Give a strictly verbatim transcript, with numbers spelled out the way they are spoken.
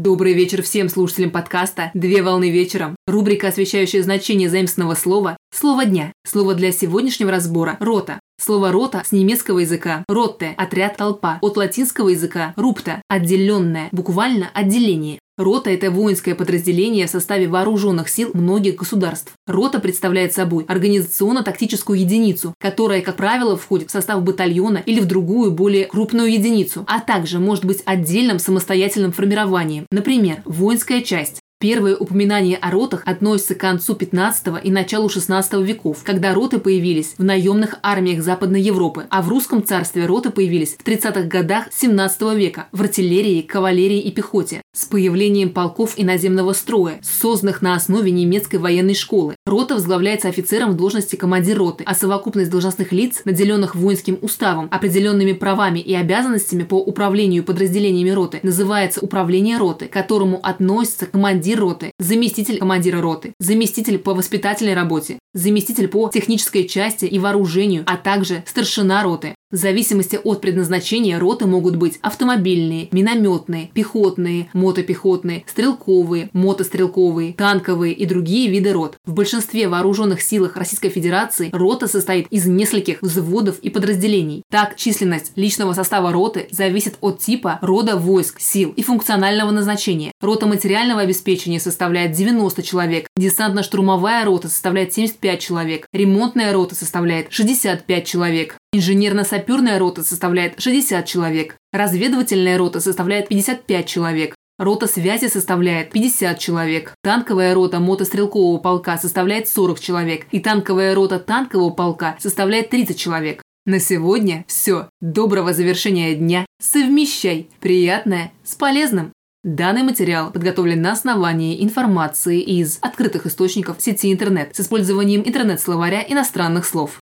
Добрый вечер всем слушателям подкаста «Две волны вечером». Рубрика, освещающая значение заимственного слова «Слово дня». Слово для сегодняшнего разбора – «рота». Слово «рота» с немецкого языка «ротте» – отряд, толпа, от латинского языка «рупта» – отделенное, буквально отделение. Рота – это воинское подразделение в составе вооруженных сил многих государств. Рота представляет собой организационно-тактическую единицу, которая, как правило, входит в состав батальона или в другую, более крупную единицу, а также может быть отдельным самостоятельным формированием, например, воинская часть. Первые упоминания о ротах относятся к концу пятнадцатого и началу шестнадцатого веков, когда роты появились в наемных армиях Западной Европы, а в русском царстве роты появились в тридцатых годах семнадцатого века в артиллерии, кавалерии и пехоте. С появлением полков и наземного строя, созданных на основе немецкой военной школы. Рота возглавляется офицером в должности командир роты, а совокупность должностных лиц, наделенных воинским уставом, определенными правами и обязанностями по управлению подразделениями роты, называется управление роты, к которому относится командир роты, заместитель командира роты, заместитель по воспитательной работе, заместитель по технической части и вооружению, а также старшина роты. В зависимости от предназначения роты могут быть автомобильные, минометные, пехотные, мотопехотные, стрелковые, мотострелковые, танковые и другие виды рот. В большинстве вооруженных силах Российской Федерации рота состоит из нескольких взводов и подразделений. Так, численность личного состава роты зависит от типа рода войск, сил и функционального назначения. Рота материального обеспечения составляет девяносто человек, десантно-штурмовая рота составляет семьдесят пять человек, ремонтная рота составляет шестьдесят пять человек. Инженерно-саперная рота составляет шестьдесят человек, разведывательная рота составляет пятьдесят пять человек, рота связи составляет пятьдесят человек, танковая рота мотострелкового полка составляет сорок человек и танковая рота танкового полка составляет тридцать человек. На сегодня все. Доброго завершения дня. Совмещай приятное с полезным. Данный материал подготовлен на основании информации из открытых источников сети интернет с использованием интернет-словаря иностранных слов.